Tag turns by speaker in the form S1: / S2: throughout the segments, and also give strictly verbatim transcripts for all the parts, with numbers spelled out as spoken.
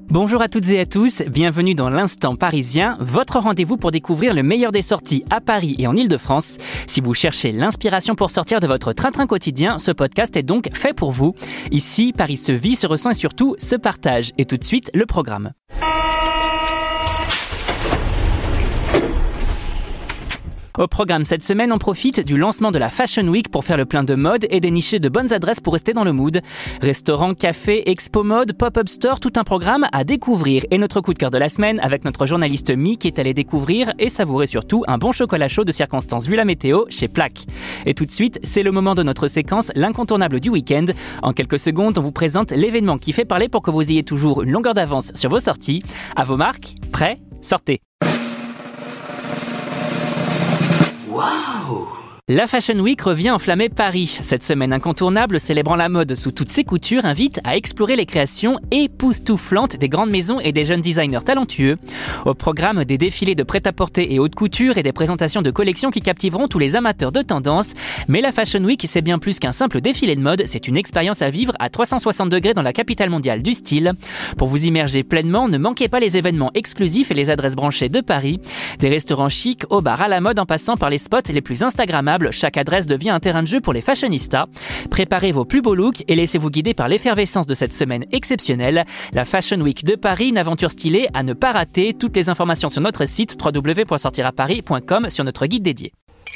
S1: Bonjour à toutes et à tous, bienvenue dans l'Instant Parisien, votre rendez-vous pour découvrir le meilleur des sorties à Paris et en Ile-de-France. Si vous cherchez l'inspiration pour sortir de votre train-train quotidien, ce podcast est donc fait pour vous. Ici, Paris se vit, se ressent et surtout se partage. Et tout de suite, le programme. Au programme cette semaine, on profite du lancement de la Fashion Week pour faire le plein de mode et dénicher de bonnes adresses pour rester dans le mood. Restaurants, cafés, expo mode, pop-up store, tout un programme à découvrir. Et notre coup de cœur de la semaine avec notre journaliste Mi qui est allé découvrir et savourer surtout un bon chocolat chaud de circonstance vu la météo chez Plaque. Et tout de suite, c'est le moment de notre séquence, l'incontournable du week-end. En quelques secondes, on vous présente l'événement qui fait parler pour que vous ayez toujours une longueur d'avance sur vos sorties. À vos marques, prêts, sortez. Wow! La Fashion Week revient enflammer Paris. Cette semaine incontournable, célébrant la mode sous toutes ses coutures, invite à explorer les créations époustouflantes des grandes maisons et des jeunes designers talentueux. Au programme, des défilés de prêt-à-porter et haute couture et des présentations de collections qui captiveront tous les amateurs de tendance. Mais la Fashion Week, c'est bien plus qu'un simple défilé de mode, c'est une expérience à vivre à trois cent soixante degrés dans la capitale mondiale du style. Pour vous immerger pleinement, ne manquez pas les événements exclusifs et les adresses branchées de Paris. Des restaurants chics au bar à la mode en passant par les spots les plus instagrammables. Chaque adresse devient un terrain de jeu pour les fashionistas. Préparez vos plus beaux looks et laissez-vous guider par l'effervescence de cette semaine exceptionnelle. La Fashion Week de Paris, une aventure stylée à ne pas rater. Toutes les informations sur notre site w w w point sortir à paris point com sur notre guide dédié.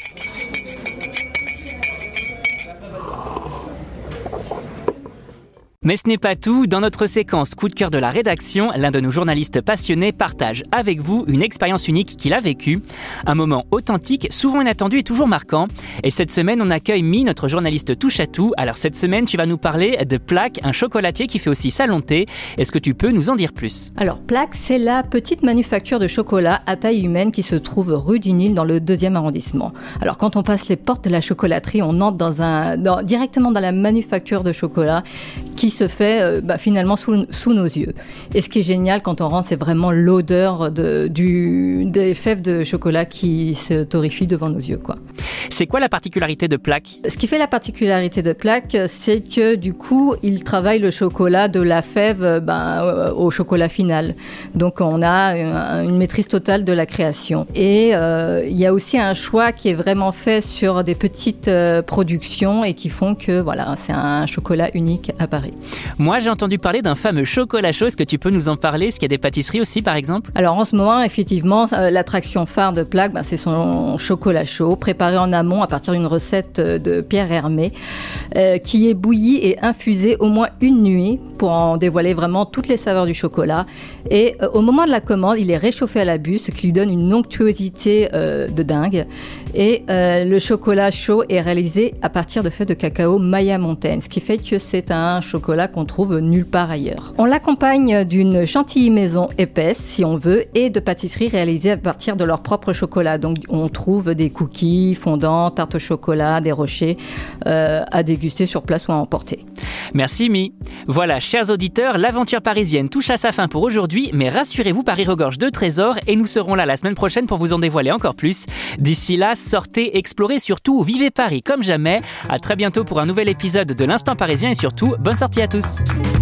S1: Mais ce n'est pas tout. Dans notre séquence coup de cœur de la rédaction, l'un de nos journalistes passionnés partage avec vous une expérience unique qu'il a vécue. Un moment authentique, souvent inattendu et toujours marquant. Et cette semaine, on accueille Mi, notre journaliste touche à tout. Alors cette semaine, tu vas nous parler de Plaque, un chocolatier qui fait aussi salon de thé. Est-ce que tu peux nous en dire plus ?
S2: Alors Plaque, c'est la petite manufacture de chocolat à taille humaine qui se trouve rue du Nil dans le deuxième arrondissement. Alors quand on passe les portes de la chocolaterie, on entre dans un, dans, directement dans la manufacture de chocolat qui se fait euh, bah, finalement sous, sous nos yeux. Et ce qui est génial quand on rentre, c'est vraiment l'odeur de, du, des fèves de chocolat qui se torréfient devant nos yeux, quoi.
S1: C'est quoi la particularité de Plaque ?
S2: Ce qui fait la particularité de Plaque, c'est que du coup, il travaille le chocolat de la fève ben, au chocolat final. Donc on a une, une maîtrise totale de la création. Et euh, il y a aussi un choix qui est vraiment fait sur des petites euh, productions et qui font que voilà, c'est un chocolat unique à Paris.
S1: Moi, j'ai entendu parler d'un fameux chocolat chaud. Est-ce que tu peux nous en parler ? Est-ce qu'il y a des pâtisseries aussi, par exemple ?
S2: Alors, en ce moment, effectivement, euh, l'attraction phare de Plaque, ben, c'est son chocolat chaud, préparé en amont à partir d'une recette de Pierre Hermé, euh, qui est bouilli et infusé au moins une nuit pour en dévoiler vraiment toutes les saveurs du chocolat. Et euh, au moment de la commande, il est réchauffé à la buse, ce qui lui donne une onctuosité euh, de dingue. Et euh, le chocolat chaud est réalisé à partir de feuilles de cacao Maya Montaigne, ce qui fait que c'est un chocolat qu'on trouve nulle part ailleurs. On l'accompagne d'une chantilly maison épaisse, si on veut, et de pâtisseries réalisées à partir de leur propre chocolat. Donc on trouve des cookies, fondants, tartes au chocolat, des rochers euh, à déguster sur place ou à emporter.
S1: Merci Mi. Voilà, chers auditeurs, l'aventure parisienne touche à sa fin pour aujourd'hui, mais rassurez-vous, Paris regorge de trésors et nous serons là la semaine prochaine pour vous en dévoiler encore plus. D'ici là, sortez, explorez, surtout vivez Paris comme jamais. À très bientôt pour un nouvel épisode de l'Instant Parisien et surtout, bonne sortie à tous.